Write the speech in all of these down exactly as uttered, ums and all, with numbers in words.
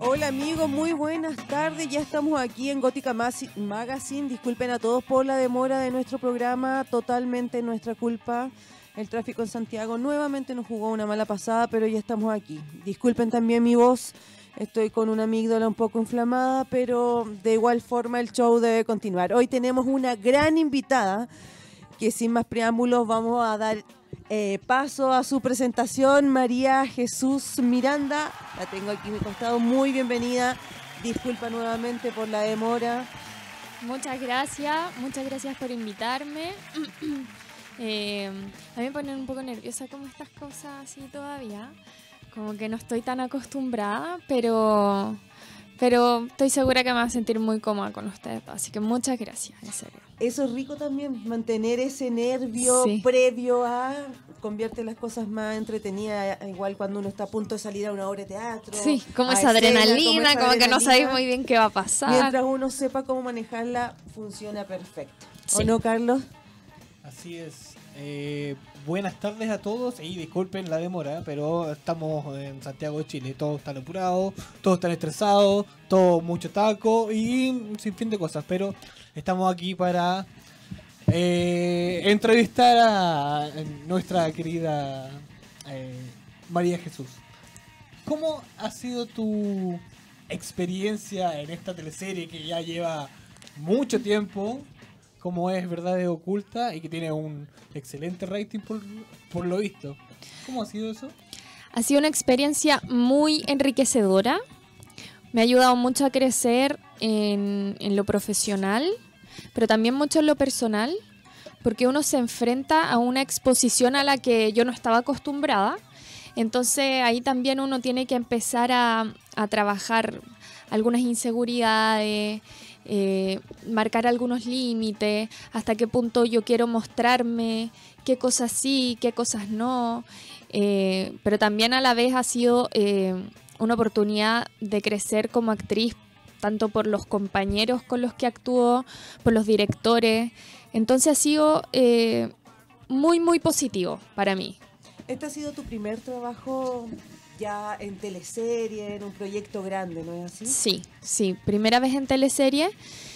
Hola amigos, muy buenas tardes. Ya estamos aquí en Gótica Magazine. Disculpen a todos por la demora de nuestro programa, totalmente nuestra culpa. El tráfico en Santiago nuevamente nos jugó una mala pasada, pero ya estamos aquí. Disculpen también mi voz, estoy con una amígdala un poco inflamada, pero de igual forma el show debe continuar. Hoy tenemos una gran invitada que sin más preámbulos vamos a dar eh, paso a su presentación. María Jesús Miranda, la tengo aquí a mi costado, muy bienvenida. Disculpa nuevamente por la demora. Muchas gracias, muchas gracias por invitarme. eh, a mí me ponen un poco nerviosa como estas cosas así todavía, como que no estoy tan acostumbrada, pero, pero estoy segura que me voy a sentir muy cómoda con ustedes, así que muchas gracias, en serio. Eso es rico también, mantener ese nervio Sí. previo a, convierte las cosas más entretenidas, igual cuando uno está a punto de salir a una obra de teatro. Sí, como esa escena, adrenalina, esa como que no adrenalina. sabéis muy bien qué va a pasar. Mientras uno sepa cómo manejarla, funciona perfecto. ¿O Sí. no, Carlos? Así es. Eh, buenas tardes a todos y disculpen la demora, pero estamos en Santiago de Chile. Todos están apurados, todos están estresados, todo mucho taco y un sinfín de cosas, pero estamos aquí para eh, entrevistar a nuestra querida eh, María Jesús. ¿Cómo ha sido tu experiencia en esta teleserie que ya lleva mucho tiempo, como es Verdades Ocultas y que tiene un excelente rating por, por lo visto? ¿Cómo ha sido eso? Ha sido una experiencia muy enriquecedora. Me ha ayudado mucho a crecer en, en lo profesional, pero también mucho en lo personal, porque uno se enfrenta a una exposición a la que yo no estaba acostumbrada. Entonces ahí también uno tiene que empezar a, a trabajar algunas inseguridades, eh, marcar algunos límites, hasta qué punto yo quiero mostrarme, qué cosas sí, qué cosas no. Eh, pero también a la vez ha sido eh, una oportunidad de crecer como actriz, tanto por los compañeros con los que actúo, por los directores. Entonces ha sido eh, muy, muy positivo para mí. Este ha sido tu primer trabajo ya en teleserie, en un proyecto grande, ¿no es así? Sí, sí, primera vez en teleserie.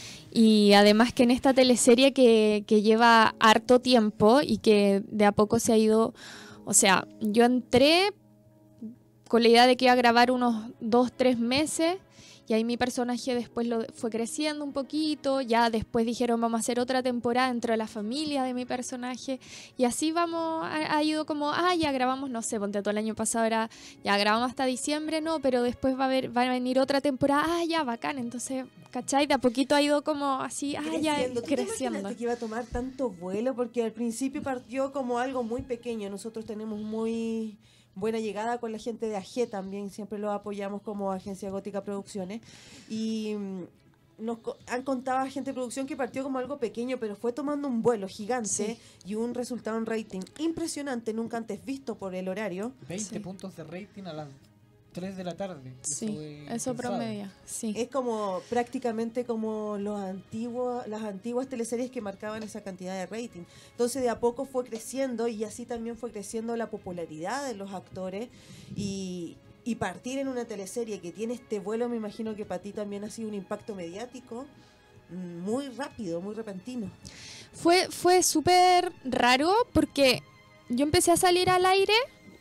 Y además que en esta teleserie que, que lleva harto tiempo y que de a poco se ha ido... O sea, yo entré con la idea de que iba a grabar unos dos, tres meses y ahí mi personaje después lo fue creciendo un poquito. Ya después dijeron vamos a hacer otra temporada dentro de la familia de mi personaje y así vamos, ha, ha ido como, ah, ya grabamos, no sé, ponte todo el año pasado era, ya grabamos hasta diciembre, no, pero después va a, haber, va a venir otra temporada, ah, ya, bacán, entonces... ¿Cachai? De a poquito ha ido como así, ah, ya creciendo. ¿Tú te creciendo. imaginaste que iba a tomar tanto vuelo? Porque al principio partió como algo muy pequeño. Nosotros tenemos muy buena llegada con la gente de A G también, siempre lo apoyamos como Agencia Gótica Producciones. Y mm, nos co- han contado a gente de producción que partió como algo pequeño, pero fue tomando un vuelo gigante Sí. y un resultado en rating impresionante, nunca antes visto por el horario. veinte Sí. puntos de rating a las tres de la tarde. Sí, es eso impensado. promedia, sí. Es como prácticamente como los antiguos, las antiguas teleseries que marcaban esa cantidad de rating. Entonces de a poco fue creciendo y así también fue creciendo la popularidad de los actores y, y partir en una teleserie que tiene este vuelo, me imagino que para ti también ha sido un impacto mediático mm, muy rápido, muy repentino. Fue, fue súper raro porque yo empecé a salir al aire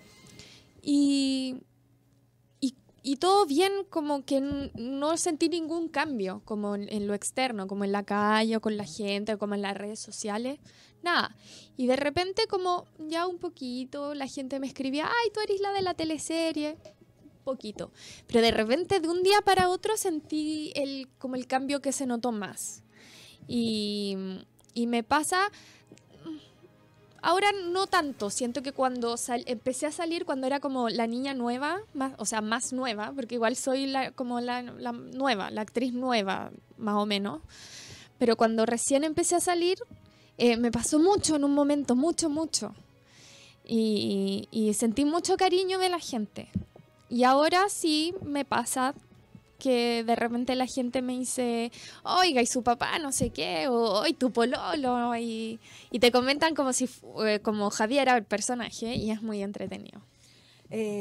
y, y, y todo bien, como que n- no sentí ningún cambio, como en, en lo externo, como en la calle, o con la gente, o como en las redes sociales, nada. Y de repente como ya un poquito la gente me escribía, ay, tú eres la de la teleserie, poquito. Pero de repente de un día para otro sentí el, como el cambio que se notó más. Y, y me pasa, ahora no tanto, siento que cuando sal- empecé a salir, cuando era como la niña nueva, más, o sea, más nueva, porque igual soy la, como la, la nueva, la actriz nueva, más o menos, pero cuando recién empecé a salir, eh, me pasó mucho en un momento, mucho, mucho. Y, y sentí mucho cariño de la gente. Y ahora sí me pasa que de repente la gente me dice, oiga, y su papá, no sé qué, o hoy tu pololo, y, y te comentan como si fu- eh, como Javier era el personaje, y es muy entretenido. Eh,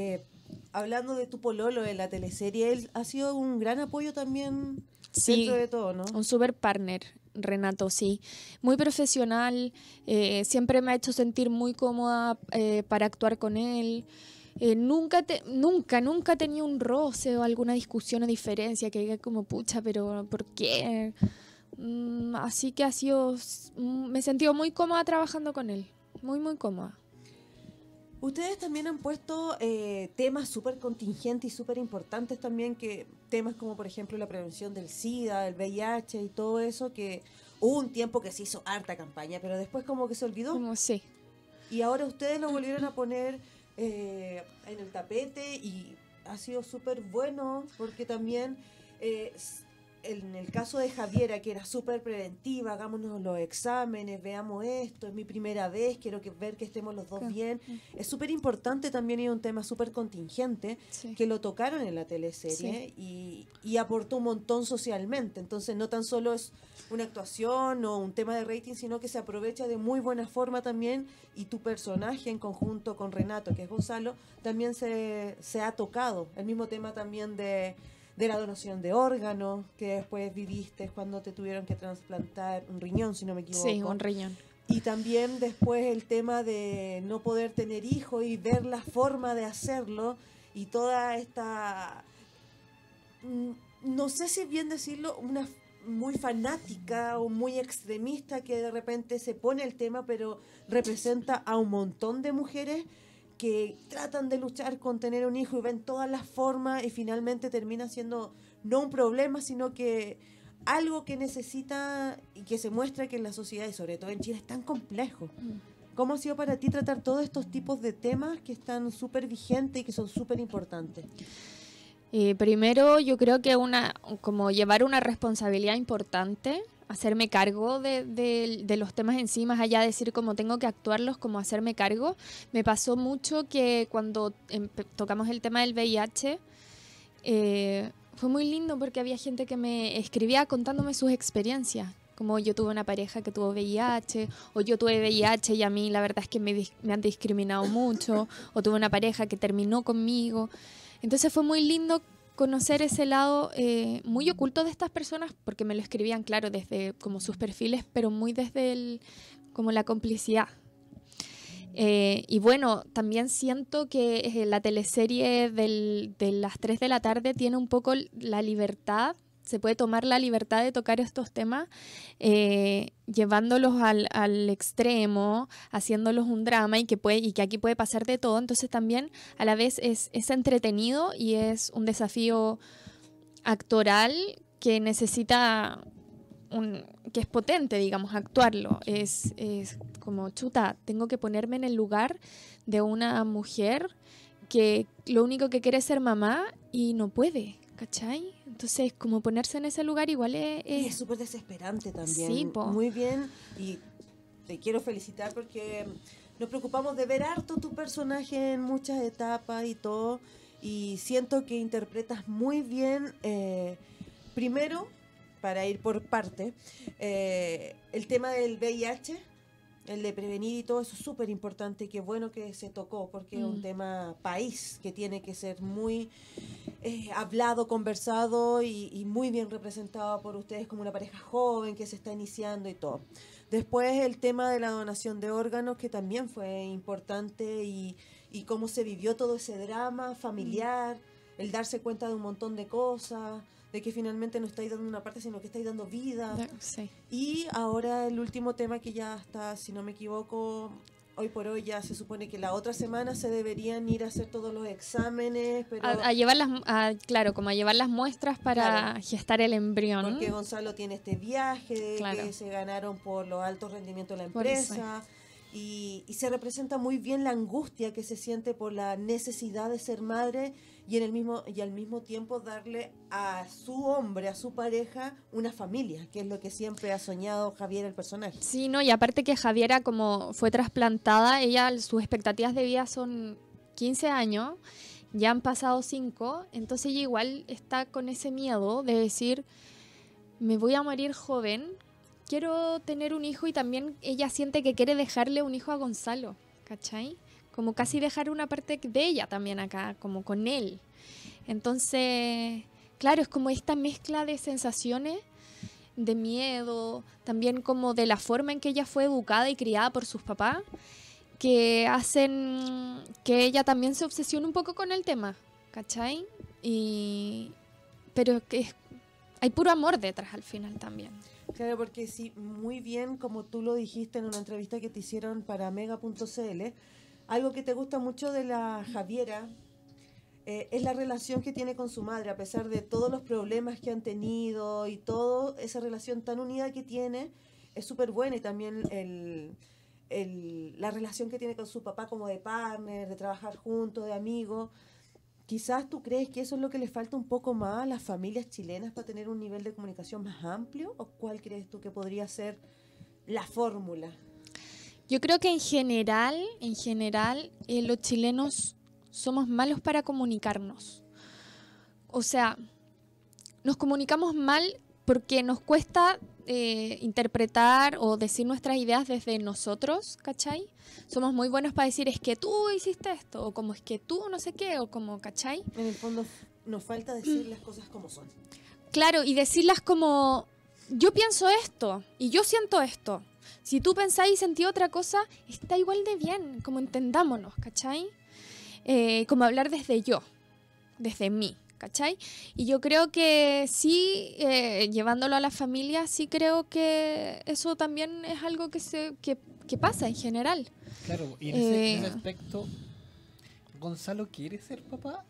hablando de tu pololo en la teleserie, él ha sido un gran apoyo también Sí, dentro de todo, ¿no? un super partner, Renato, sí. Muy profesional, eh, siempre me ha hecho sentir muy cómoda eh, para actuar con él. Eh, nunca, te, nunca, nunca he tenido un roce o alguna discusión o diferencia que diga como, pucha, pero ¿por qué? Mm, así que ha sido, mm, me he sentido muy cómoda trabajando con él, muy, muy cómoda. Ustedes también han puesto eh, temas súper contingentes y súper importantes también, que temas como por ejemplo la prevención del SIDA, el V I H y todo eso, que hubo un tiempo que se hizo harta campaña, pero después como que se olvidó. Como sí. Y ahora ustedes lo volvieron a poner eh, en el tapete y ha sido súper bueno porque también eh, s- en el caso de Javiera, que era súper preventiva, hagámonos los exámenes, veamos esto, es mi primera vez, quiero que, ver que estemos los dos Claro. bien. Es súper importante también y un tema súper contingente Sí. que lo tocaron en la teleserie y, y aportó un montón socialmente. Entonces no tan solo es una actuación o un tema de rating, sino que se aprovecha de muy buena forma también y tu personaje en conjunto con Renato, que es Gonzalo, también se, se ha tocado. El mismo tema también de, de la donación de órganos que después viviste cuando te tuvieron que trasplantar un riñón, si no me equivoco. Sí, un riñón. Y también después el tema de no poder tener hijos y ver la forma de hacerlo y toda esta, mm, no sé si bien decirlo, una f- muy fanática o muy extremista que de repente se pone el tema, pero representa a un montón de mujeres que tratan de luchar con tener un hijo y ven todas las formas y finalmente termina siendo no un problema, sino que algo que necesita y que se muestra que en la sociedad y sobre todo en Chile es tan complejo. ¿Cómo ha sido para ti tratar todos estos tipos de temas que están súper vigentes y que son súper importantes? Eh, primero, yo creo que una, como llevar una responsabilidad importante, hacerme cargo de, de- de los temas en sí, más allá de decir como tengo que actuarlos, como hacerme cargo. Me pasó mucho que cuando empe- tocamos el tema del V I H, eh, fue muy lindo porque había gente que me escribía contándome sus experiencias. Como yo tuve una pareja que tuvo V I H, o yo tuve V I H y a mí la verdad es que me, dis- me han discriminado mucho, o tuve una pareja que terminó conmigo. Entonces fue muy lindo conocer ese lado eh, muy oculto de estas personas, porque me lo escribían, claro, desde como sus perfiles, pero muy desde el, como la complicidad. Eh, y bueno, también siento que eh, la teleserie del- de las tres de la tarde tiene un poco l- la libertad, se puede tomar la libertad de tocar estos temas, eh, llevándolos al, al extremo, haciéndolos un drama y que, puede, y que aquí puede pasar de todo. Entonces también a la vez es, es entretenido y es un desafío actoral que necesita un, que es potente, digamos, actuarlo. Es, es como, chuta, tengo que ponerme en el lugar de una mujer que lo único que quiere es ser mamá y no puede, ¿cachai? Entonces, como ponerse en ese lugar igual es... Y es es- súper desesperante también. Sí, po. Muy bien. Y te quiero felicitar porque nos preocupamos de ver harto tu personaje en muchas etapas y todo. Y siento que interpretas muy bien, eh, primero, para ir por parte, eh, el tema del V I H, el de prevenir y todo eso es súper importante. Qué bueno que se tocó porque es un Mm. tema país que tiene que ser muy eh, hablado, conversado y, y muy bien representado por ustedes como una pareja joven que se está iniciando y todo. Después el tema de la donación de órganos, que también fue importante y, y cómo se vivió todo ese drama familiar, el darse cuenta de un montón de cosas, de que finalmente no estáis dando una parte, sino que estáis dando vida. Sí. Y ahora el último tema que ya está, si no me equivoco, hoy por hoy ya se supone que la otra semana se deberían ir a hacer todos los exámenes, pero A, a llevar las, mu- a- claro, como a llevar las muestras para Claro. gestar el embrión. porque Gonzalo tiene este viaje de Claro. que se ganaron por los altos rendimientos de la Por eso. empresa y, y se representa muy bien la angustia que se siente por la necesidad de ser madre y en el mismo y al mismo tiempo darle a su hombre, a su pareja, una familia, que es lo que siempre ha soñado Javier el personaje. Sí, no, y aparte que Javiera como fue trasplantada, ella, sus expectativas de vida son quince años, ya han pasado cinco, entonces ella igual está con ese miedo de decir, me voy a morir joven, quiero tener un hijo y también ella siente que quiere dejarle un hijo a Gonzalo, ¿cachai? como casi dejar una parte de ella también acá, como con él. Entonces, claro, es como esta mezcla de sensaciones, de miedo, también como de la forma en que ella fue educada y criada por sus papás, que hacen que ella también se obsesione un poco con el tema, ¿cachai? Y, pero que es, hay puro amor detrás al final también. Claro, porque sí, muy bien, como tú lo dijiste en una entrevista que te hicieron para mega punto c l, algo que te gusta mucho de la Javiera eh, es la relación que tiene con su madre, a pesar de todos los problemas que han tenido y todo, esa relación tan unida que tiene es súper buena, y también el, el, la relación que tiene con su papá como de partner, de trabajar juntos, de amigos. Quizás tú crees que eso es lo que le falta un poco más a las familias chilenas para tener un nivel de comunicación más amplio, ¿o cuál crees tú que podría ser la fórmula? Yo creo que en general, en general, eh, los chilenos somos malos para comunicarnos. O sea, nos comunicamos mal porque nos cuesta eh, interpretar o decir nuestras ideas desde nosotros, ¿cachai? Somos muy buenos para decir, es que tú hiciste esto, o como es que tú no sé qué, o como, ¿cachai? En el fondo nos falta decir las cosas como son. Claro, y decirlas como, yo pienso esto, y yo siento esto. Si tú pensáis y sentís otra cosa, está igual de bien, como entendámonos, ¿cachai? Eh, como hablar desde yo, desde mí, ¿cachai? Y yo creo que sí, eh, llevándolo a la familia, sí creo que eso también es algo que, se, que, que pasa en general. Claro, y en ese, Eh, en ese aspecto, ¿Gonzalo quiere ser papá?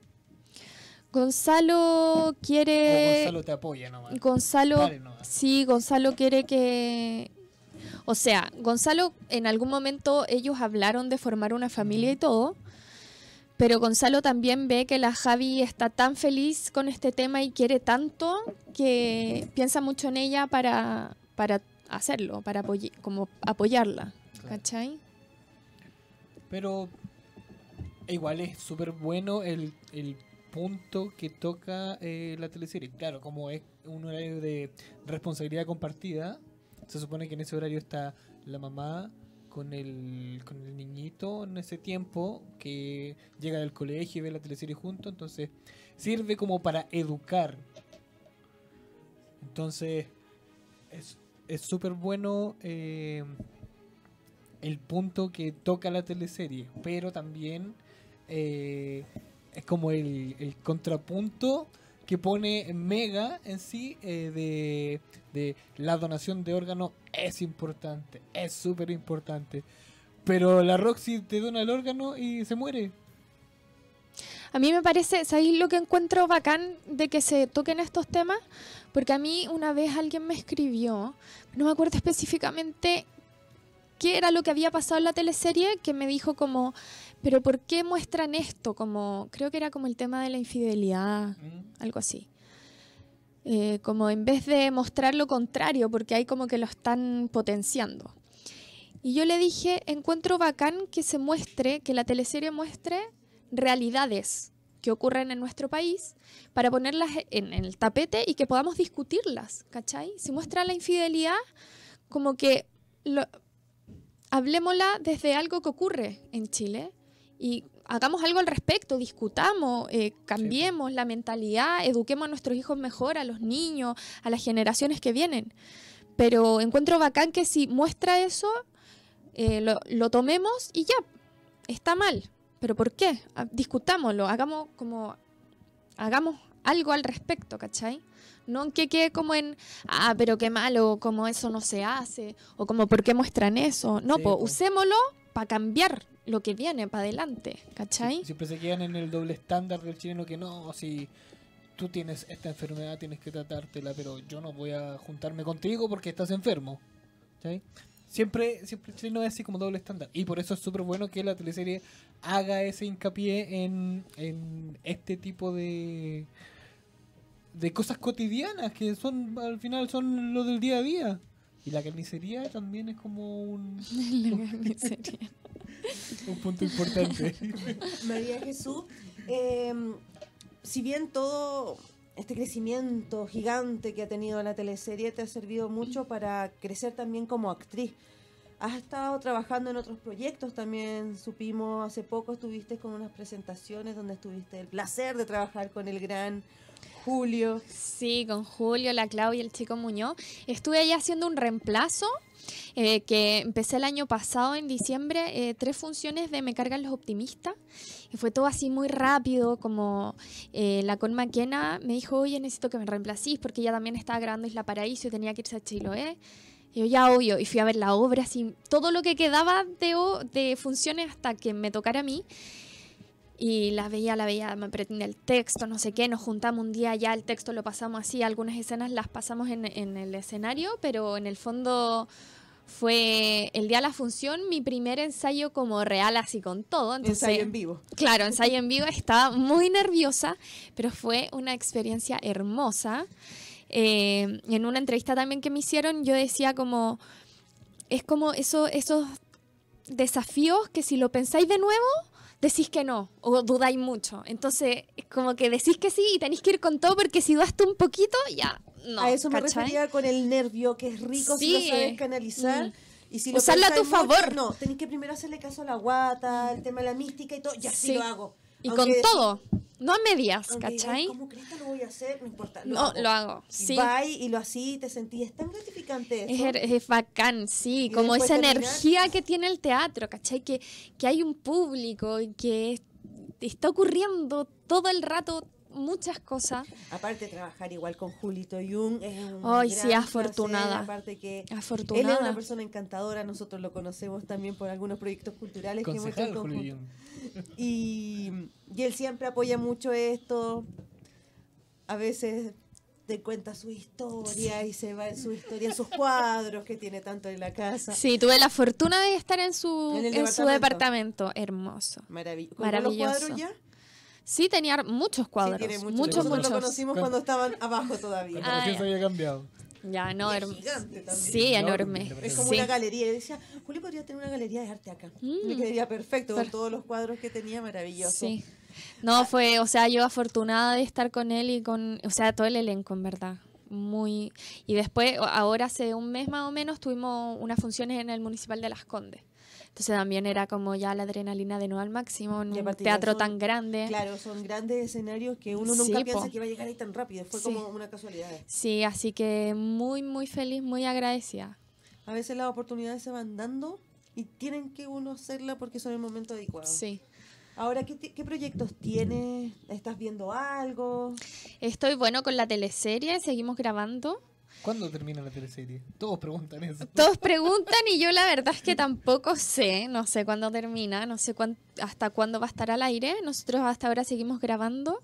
Gonzalo ¿O quiere... Gonzalo te apoya nomás? Gonzalo, Dale nomás. sí, Gonzalo quiere que... O sea, Gonzalo, en algún momento ellos hablaron de formar una familia y todo, pero Gonzalo también ve que la Javi está tan feliz con este tema y quiere tanto que piensa mucho en ella para, para hacerlo, para apoy como apoyarla, Claro. ¿cachai? Pero igual es súper bueno el, el punto que toca eh, la teleserie. Claro, como es un horario de responsabilidad compartida, se supone que en ese horario está la mamá con el, con el niñito en ese tiempo que llega del colegio y ve la teleserie juntos, entonces sirve como para educar. Entonces es es súper bueno eh, el punto que toca la teleserie, pero también eh, es como el, el contrapunto que pone Mega en sí eh, de, de la donación de órganos es importante, es súper importante. Pero la Roxy te dona el órgano y se muere. A mí me parece, ¿sabéis lo que encuentro bacán de que se toquen estos temas? Porque a mí una vez alguien me escribió, no me acuerdo específicamente qué era lo que había pasado en la teleserie, que me dijo como, pero ¿por qué muestran esto? Como, creo que era como el tema de la infidelidad, ¿Mm? algo así. Eh, como en vez de mostrar lo contrario, porque hay como que lo están potenciando. Y yo le dije, encuentro bacán que se muestre, que la teleserie muestre realidades que ocurren en nuestro país para ponerlas en, en el tapete y que podamos discutirlas, ¿cachai? Si muestra la infidelidad, como que lo, hablemosla desde algo que ocurre en Chile y hagamos algo al respecto, discutamos, eh, cambiemos la mentalidad, eduquemos a nuestros hijos mejor, a los niños, a las generaciones que vienen. Pero encuentro bacán que si muestra eso, eh, lo, lo tomemos y ya, está mal. ¿Pero por qué? Ah, discutámoslo, hagamos como hagamos algo al respecto, ¿cachai? No en que quede como en, ah, pero qué malo, como eso no se hace, o como por qué muestran eso. No, Sí, pues po. usémoslo para cambiar lo que viene para adelante, ¿cachai? Sie- Siempre se quedan en el doble estándar del chileno que no, si tú tienes esta enfermedad tienes que tratártela, pero yo no voy a juntarme contigo porque estás enfermo. ¿Sí? Siempre, siempre el chileno es así como doble estándar. Y por eso es súper bueno que la teleserie haga ese hincapié en, en este tipo de, de cosas cotidianas que son al final son lo del día a día. Y la carnicería también es como un, un punto importante. María Jesús, eh, si bien todo este crecimiento gigante que ha tenido la teleserie te ha servido mucho para crecer también como actriz, has estado trabajando en otros proyectos también, supimos hace poco estuviste con unas presentaciones donde tuviste el placer de trabajar con el gran Julio. Sí, con Julio, la Claudia y el Chico Muñoz. Estuve ahí haciendo un reemplazo eh, que empecé el año pasado, en diciembre, eh, tres funciones de Me Cargan los Optimistas. Y fue todo así muy rápido, como eh, la Con Maquena me dijo, oye, necesito que me reemplacís, porque ella también estaba grabando Isla Paraíso y tenía que irse a Chiloé. Y yo, ya, obvio, y fui a ver la obra, así, todo lo que quedaba de, de funciones hasta que me tocara a mí. Y la veía, la veía, me pretendía el texto, no sé qué, nos juntamos un día, ya el texto lo pasamos así, algunas escenas las pasamos en, en el escenario, pero en el fondo fue el día de la función mi primer ensayo como real, así con todo. Entonces, ensayo en vivo. Claro, ensayo en vivo, estaba muy nerviosa, pero fue una experiencia hermosa. Eh, en una entrevista también que me hicieron, yo decía como, es como eso, esos desafíos que si lo pensáis de nuevo, decís que no, o dudáis mucho. Entonces, como que decís que sí y tenéis que ir con todo, porque si dudaste un poquito, ya no. A eso me ¿cachai? refería con el nervio, que es rico Sí. si lo sabes canalizar. Mm. Y si lo Usarlo a tu pensáis mucho, favor. no, tenéis que primero hacerle caso a la guata, el tema de la mística y todo, ya sí, Sí. lo hago. Y Aunque con decís- todo, no a medias, aunque digáis, ¿cachai? ¿cómo crees que lo voy a hacer? No importa, lo No, hago. lo hago, Y sí. vais y lo así, te sentís, es tan gratificante eso. Es, her- es bacán, sí, Y como después esa terminar- energía que tiene el teatro, ¿cachai? Que, que hay un público y que está ocurriendo todo el rato muchas cosas. Aparte de trabajar igual con Julito Jung, es un Ay, gran sí, afortunada. placer, aparte que él es Afortunada. una persona encantadora, nosotros lo conocemos también por algunos proyectos culturales que hemos hecho en Concejal, Julio conjunto. Jung. Y, y él siempre apoya mucho esto. A veces te cuenta su historia y se va en su historia, en sus cuadros que tiene tanto en la casa. Sí, tuve la fortuna de estar en su, En el en su departamento. Hermoso. Maravilloso. Maravilloso. ¿Los cuadros ya? Sí, tenía muchos cuadros. Sí, tiene muchos. muchos, Nosotros muchos. lo conocimos Con- cuando estaban abajo todavía. Cuando Ah, recién ya. se había cambiado. Ya, no, Y es hermoso. gigante también. Sí, Enorme. enorme. Es como Sí. una galería. Y decía, Julio podría tener una galería de arte acá. Mm. Me quedaría perfecto con Per- todos los cuadros que tenía, maravilloso. Sí. No, fue, o sea, yo afortunada de estar con él y con, o sea, todo el elenco, en verdad. Muy. Y después, o- ahora hace un mes más o menos, tuvimos unas funciones en el Municipal de Las Condes. Entonces también era como ya la adrenalina de nuevo al máximo, en Y un aparte ya teatro son- tan grande. Claro, son grandes escenarios que uno nunca Sí, piensa po. que va a llegar ahí tan rápido. Fue Sí. como una casualidad. Sí, así que muy, muy feliz, muy agradecida. A veces las oportunidades se van dando y tienen que uno hacerla porque son el momento adecuado. Sí. Ahora, ¿qué, ti- qué proyectos tienes? ¿Estás viendo algo? Estoy bueno con la teleserie, seguimos grabando. ¿Cuándo termina la teleserie? Todos preguntan eso. Todos preguntan y yo la verdad es que tampoco sé, no sé cuándo termina, no sé cuán- hasta cuándo va a estar al aire. Nosotros hasta ahora seguimos grabando.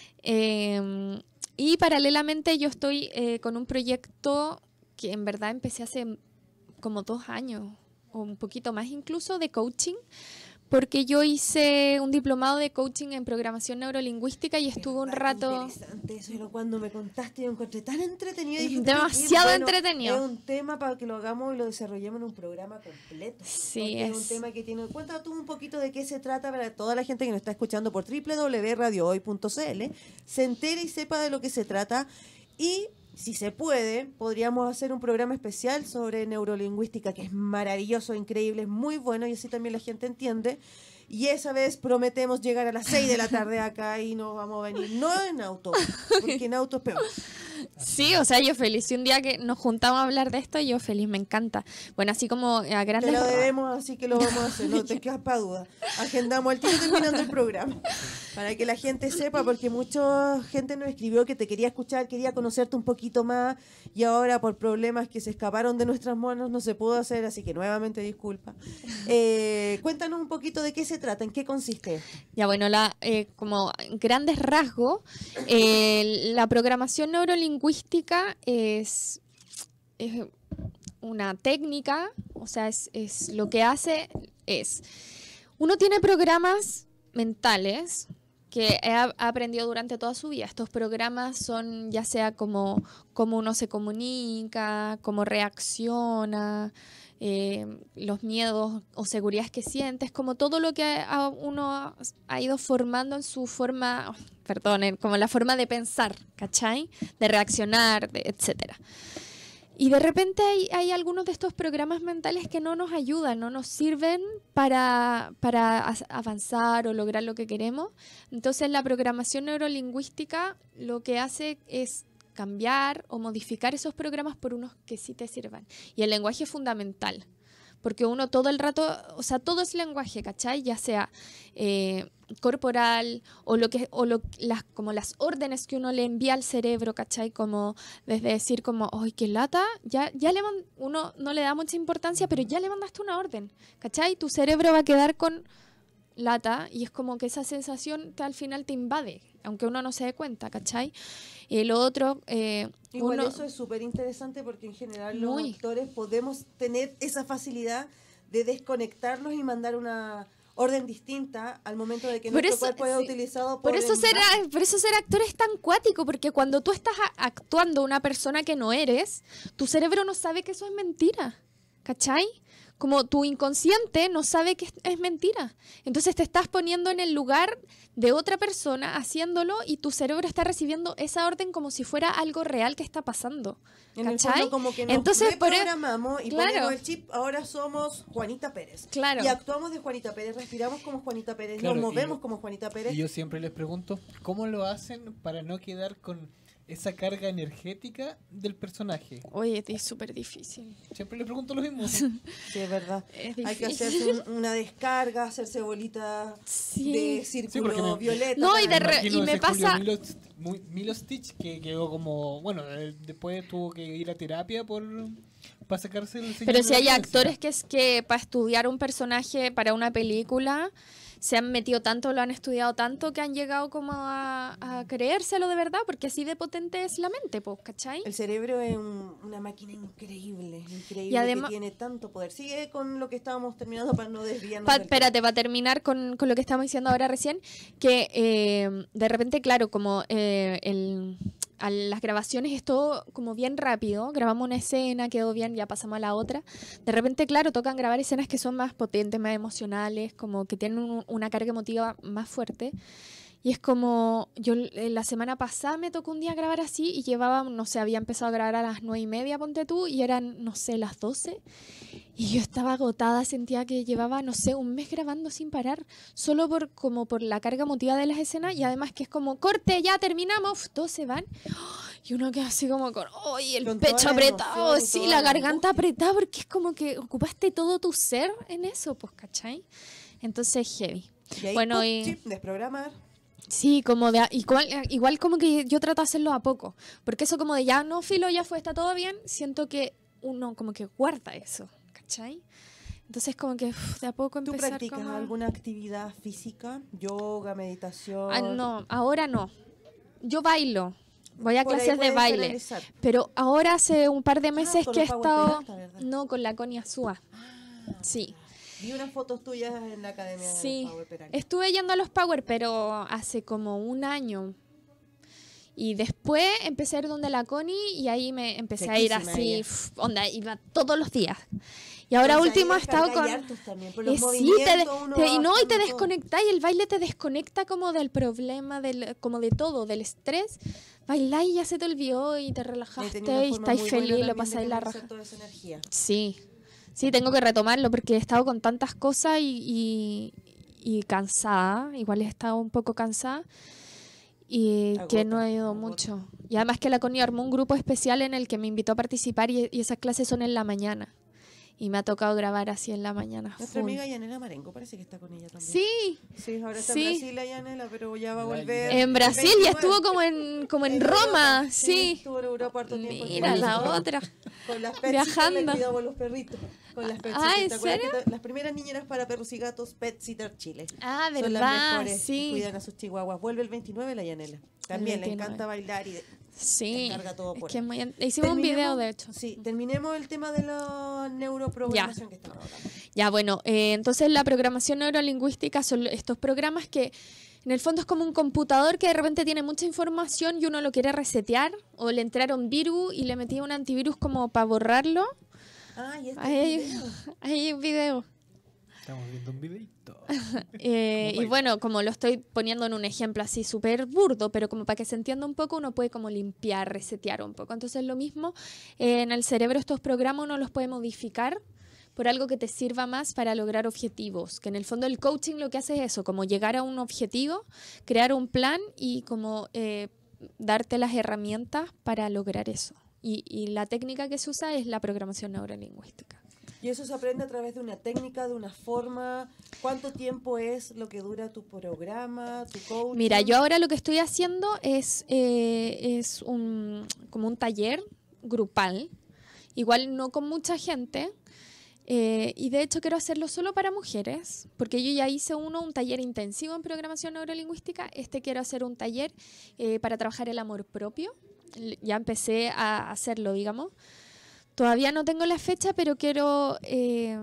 Eh, y paralelamente yo estoy eh, con un proyecto que en verdad empecé hace como dos años o un poquito más incluso de coaching, porque yo hice un diplomado de coaching en programación neurolingüística y estuve un Qué rato... interesante eso. Yo cuando me contaste, yo encontré tan entretenido. y Es dije, pero qué demasiado bueno. entretenido. Es un tema para que lo hagamos y lo desarrollemos en un programa completo. Sí, Porque es. es. un tema que tiene... Cuéntanos tú un poquito de qué se trata para toda la gente que nos está escuchando por doble u doble u doble u punto radio hoy punto c l. Se entere y sepa de lo que se trata. Y si se puede, podríamos hacer un programa especial sobre neurolingüística, que es maravilloso, increíble, es muy bueno y así también la gente entiende. Y esa vez prometemos llegar a las seis de la tarde acá y nos vamos a venir, no en auto, porque en auto es peor. Sí, o sea, yo feliz. Si un día que nos juntamos a hablar de esto, yo feliz, me encanta. Bueno, así como a Te grandes lo ra- debemos, así que lo vamos a hacer, no te quedas para duda. Agendamos al tiro terminando el programa, para que la gente sepa, porque mucha gente nos escribió que te quería escuchar, quería conocerte un poquito más, y ahora por problemas que se escaparon de nuestras manos no se pudo hacer, así que nuevamente disculpa. Eh, cuéntanos un poquito de qué se trata, en qué consiste. Ya bueno, la, eh, como en grandes rasgos, eh, la programación neurolingüística es, es una técnica, o sea, es, es lo que hace es, uno tiene programas mentales que ha, ha aprendido durante toda su vida. Estos programas son ya sea como cómo uno se comunica, cómo reacciona, eh, los miedos o seguridades que sientes, como todo lo que a- uno ha ido formando en su forma, oh, perdón, en- como la forma de pensar, ¿cachai? De reaccionar, de, etcétera. Y de repente hay, hay algunos de estos programas mentales que no nos ayudan, no nos sirven para, para as- avanzar o lograr lo que queremos. Entonces la programación neurolingüística lo que hace es cambiar o modificar esos programas por unos que sí te sirvan. Y el lenguaje es fundamental, porque uno todo el rato, o sea, todo es lenguaje, ¿cachai? Ya sea eh, corporal o lo que o lo, las como las órdenes que uno le envía al cerebro, ¿cachai? Como desde decir como, ¡ay, qué lata! Ya, ya le man- uno no le da mucha importancia, pero ya le mandaste una orden, ¿cachai? Tu cerebro va a quedar con lata y es como que esa sensación te, al final te invade, aunque uno no se dé cuenta, ¿cachai? Y lo otro, eh, Igual uno, eso es súper interesante porque en general Muy. los actores podemos tener esa facilidad de desconectarnos y mandar una orden distinta al momento de que Por nuestro eso- cuerpo es sí. utilizado Por por eso, el ser, bajo. por eso ser actor es tan cuático, porque cuando tú estás a- actuando una persona que no eres, tu cerebro no sabe que eso es mentira, ¿cachai? Como tu inconsciente no sabe que es, es mentira. Entonces te estás poniendo en el lugar de otra persona haciéndolo y tu cerebro está recibiendo esa orden como si fuera algo real que está pasando. En el ¿Cachai? fondo como que nos Entonces, por e- reprogramamos y claro. ponemos el chip, ahora somos Juanita Pérez. Claro. Y actuamos de Juanita Pérez, respiramos como Juanita Pérez, Claro, nos y movemos yo- como Juanita Pérez. Y yo siempre les pregunto, ¿cómo lo hacen para no quedar con esa carga energética del personaje? Oye, es súper difícil. Siempre les pregunto lo mismo. Sí, es verdad. Es Hay que difícil. hacerse un- una descarga, hacerse bolita Sí. de círculo porque me- violeta. No, y de para- re- Imagino y me ese Julio pasa- Milo, muy- Milo Stitch, que quedó como, bueno, él después tuvo que ir a terapia por para sacarse el señor Pero de si la hay cabeza. actores que es que para estudiar un personaje para una película se han metido tanto, lo han estudiado tanto que han llegado como a, a creérselo de verdad, porque así de potente es la mente, pues, ¿cachai? El cerebro es un- una máquina increíble, increíble, Y además- que tiene tanto poder. Sigue con lo que estábamos terminando para no desviarnos. Pa- del espérate, para terminar con, con lo que estamos diciendo ahora recién, que eh, de repente, claro, como eh, el, a las grabaciones es todo como bien rápido, grabamos una escena, quedó bien, ya pasamos a la otra. De repente, claro, tocan grabar escenas que son más potentes, más emocionales, como que tienen un- una carga emotiva más fuerte. Y es como, yo eh, la semana pasada me tocó un día grabar así y llevaba, no sé, había empezado a grabar a las nueve y media, ponte tú, y eran, no sé, las doce. Y yo estaba agotada, sentía que llevaba, no sé, un mes grabando sin parar, solo por como por la carga emotiva de las escenas y además que es como, corte, ya terminamos, uf, todos se van. Y uno queda así como con, ¡ay, el Con toda pecho la apretado! emoción y Sí, toda la la garganta angustia. apretada porque es como que ocupaste todo tu ser en eso, pues, ¿cachai? Entonces, heavy. Y ahí, Bueno, ¡pum! y- chip, desprogramar. Sí, como de a- igual, igual como que yo trato de hacerlo a poco, porque eso como de ya no filo, ya fue, está todo bien, siento que uno como que guarda eso, ¿cachai? Entonces como que uf, de a poco ¿Tú empezar practicas como... alguna actividad física? Yoga, meditación. Ah, no, ahora no. Yo bailo, voy a Por ahí clases de puedes baile, canalizar. pero ahora hace un par de meses con que he los Power estado... Peralta, ¿verdad? No, con la Connie Azúa. Sí. Vi unas fotos tuyas en la academia Sí, de Power Peralta. estuve yendo a los Power, pero hace como un año. Y después empecé a ir donde la Connie y ahí me empecé a ir Sequísima así, ella. pf, onda, iba todos los días. Y ahora Entonces, último ahí he estado descargáis con... hartos también, por los Eh, sí, te, de- movimientos uno te- y va no, y te bajando todo. desconectáis, el baile te desconecta como del problema, del, como de todo, del estrés. Bailáis y ya se te olvidó y te Ahí relajaste tenía una y forma estáis muy buena feliz, lo también de pasáis la canalizar raja. toda esa energía. Sí, sí, tengo que retomarlo porque he estado con tantas cosas y, y, y cansada, igual he estado un poco cansada y Agota, que no he ido agota. mucho. Y además que la Connie armó un grupo especial en el que me invitó a participar y, y esas clases son en la mañana. Y me ha tocado grabar así en la mañana. Nuestra full. amiga Yanela Marengo parece que está con ella también. Sí, Sí, ahora está Sí. en Brasil la Yanela, pero ya va a La volver. Yanela. en Brasil y estuvo como en, como en Roma, sí. Estuvo en Europa harto tiempo. Mira la Bueno, otra. Con las Pet Viajando. Sitter le cuidamos los perritos. Con las Pet Ah, Sitter, ¿en ¿te acuerdas serio? que te- las primeras niñeras para perros y gatos Pet Sitter Chile. Ah, Son las verdad, mejores. que sí. Cuidan a sus chihuahuas. Vuelve el veintinueve la Yanela. También le veintinueve. encanta bailar y de- Sí, descarga todo es por que ahí. es muy... hicimos un video Terminemos- de hecho. Sí, terminemos el tema de la neuroprogramación que estamos hablando. Ya, bueno, eh, entonces la programación neurolingüística son estos programas que en el fondo es como un computador que de repente tiene mucha información y uno lo quiere resetear o le entraron virus y le metí un antivirus como para borrarlo. Ah, y este Ahí hay, video. ahí hay un video. Estamos viendo un videito. Eh, y bueno, como lo estoy poniendo en un ejemplo así súper burdo, pero como para que se entienda un poco, uno puede como limpiar, resetear un poco. Entonces lo mismo, eh, en el cerebro estos programas uno los puede modificar por algo que te sirva más para lograr objetivos. Que en el fondo el coaching lo que hace es eso, como llegar a un objetivo, crear un plan y como eh, darte las herramientas para lograr eso. Y, y la técnica que se usa es la programación neurolingüística. ¿Y eso se aprende a través de una técnica, de una forma? ¿Cuánto tiempo es lo que dura tu programa, tu coaching? Mira, yo ahora lo que estoy haciendo es, eh, es un, como un taller grupal, igual no con mucha gente, eh, y de hecho quiero hacerlo solo para mujeres, porque yo ya hice uno, un taller intensivo en programación neurolingüística. Este quiero hacer un taller eh, para trabajar el amor propio. Ya empecé a hacerlo, digamos. Todavía no tengo la fecha, pero quiero... Eh,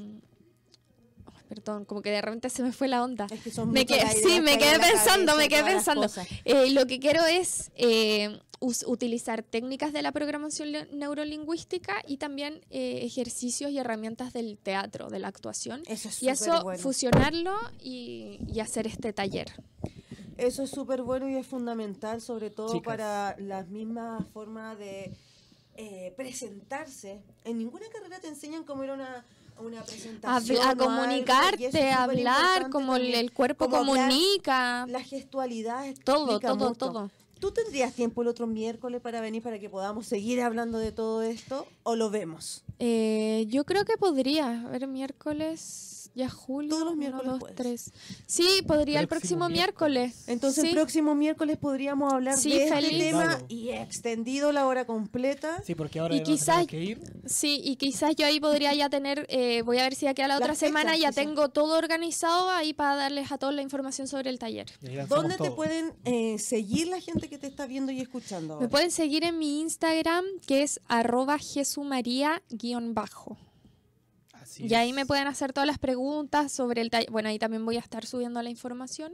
oh, perdón, como que de repente se me fue la onda. Es que son me quedé, sí, me quedé pensando, me quedé pensando. Eh, lo que quiero es eh, us, utilizar técnicas de la programación neurolingüística y también eh, ejercicios y herramientas del teatro, de la actuación. Eso es y eso bueno. fusionarlo y, y hacer este taller. Eso es súper bueno y es fundamental, sobre todo Chicas. para las mismas formas de eh, presentarse. En ninguna carrera te enseñan cómo era una, una presentación. A, a o algo, comunicarte, a hablar, como el, el cuerpo como comunica. La gestualidad. Todo, explica todo, mucho. todo. ¿Tú tendrías tiempo el otro miércoles para venir para que podamos seguir hablando de todo esto o lo vemos? Eh, yo creo que podría. A ver, miércoles, ya julio. Todos los miércoles uno, dos, puedes. tres. Sí, podría el próximo Próximo miércoles. miércoles. Entonces Sí. el próximo miércoles podríamos hablar Sí, de feliz. este tema Claro. y extendido la hora completa. Sí, porque ahora Y nos tenemos quizás- que ir. Sí, y quizás yo ahí podría ya tener, eh, voy a ver si ya queda la Las otra semana, fechas, ya quizás. tengo todo organizado ahí para darles a todos la información sobre el taller. Y ahí lanzamos ¿Dónde te todo. pueden eh, seguir la gente que te está viendo y escuchando ahora? Me pueden seguir en mi Instagram, que es arroba jesumaría guión bajo. Así Y ahí es. me pueden hacer todas las preguntas sobre el taller. Bueno, ahí también voy a estar subiendo la información.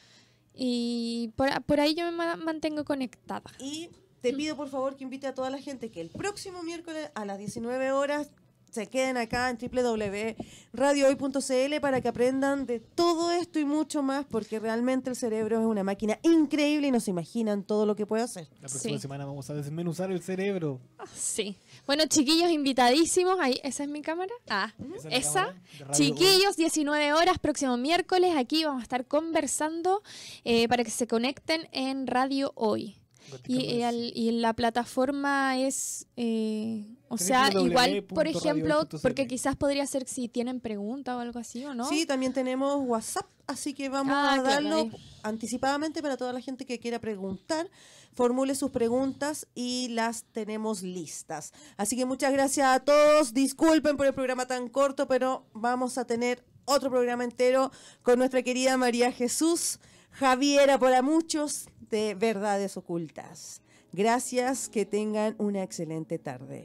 Y por, por ahí yo me ma- mantengo conectada. Y te pido por favor que invite a toda la gente que el próximo miércoles a las diecinueve horas se queden acá en doble u doble u doble u punto radio hoy punto c l para que aprendan de todo esto y mucho más, porque realmente el cerebro es una máquina increíble y no se imaginan todo lo que puede hacer. La próxima Sí. semana vamos a desmenuzar el cerebro. Ah, sí. Bueno, chiquillos invitadísimos. Ahí, ¿esa es mi cámara? Ah, Esa es la esa. cámara de Radio Chiquillos, diecinueve horas, próximo miércoles. Aquí vamos a estar conversando eh, para que se conecten en Radio Hoy. Gótica Y, y, Más. al- y la plataforma es, eh, o sea, doble u doble u igual, doble u por punto radio ejemplo, hoy punto c l. porque quizás podría ser si tienen preguntas o algo así, ¿o no? Sí, también tenemos WhatsApp, así que vamos Ah, a claro, darlo ahí. anticipadamente para toda la gente que quiera preguntar. Formule sus preguntas y las tenemos listas. Así que muchas gracias a todos. Disculpen por el programa tan corto, pero vamos a tener otro programa entero con nuestra querida María Jesús Javiera para muchos de Verdades Ocultas. Gracias, que tengan una excelente tarde.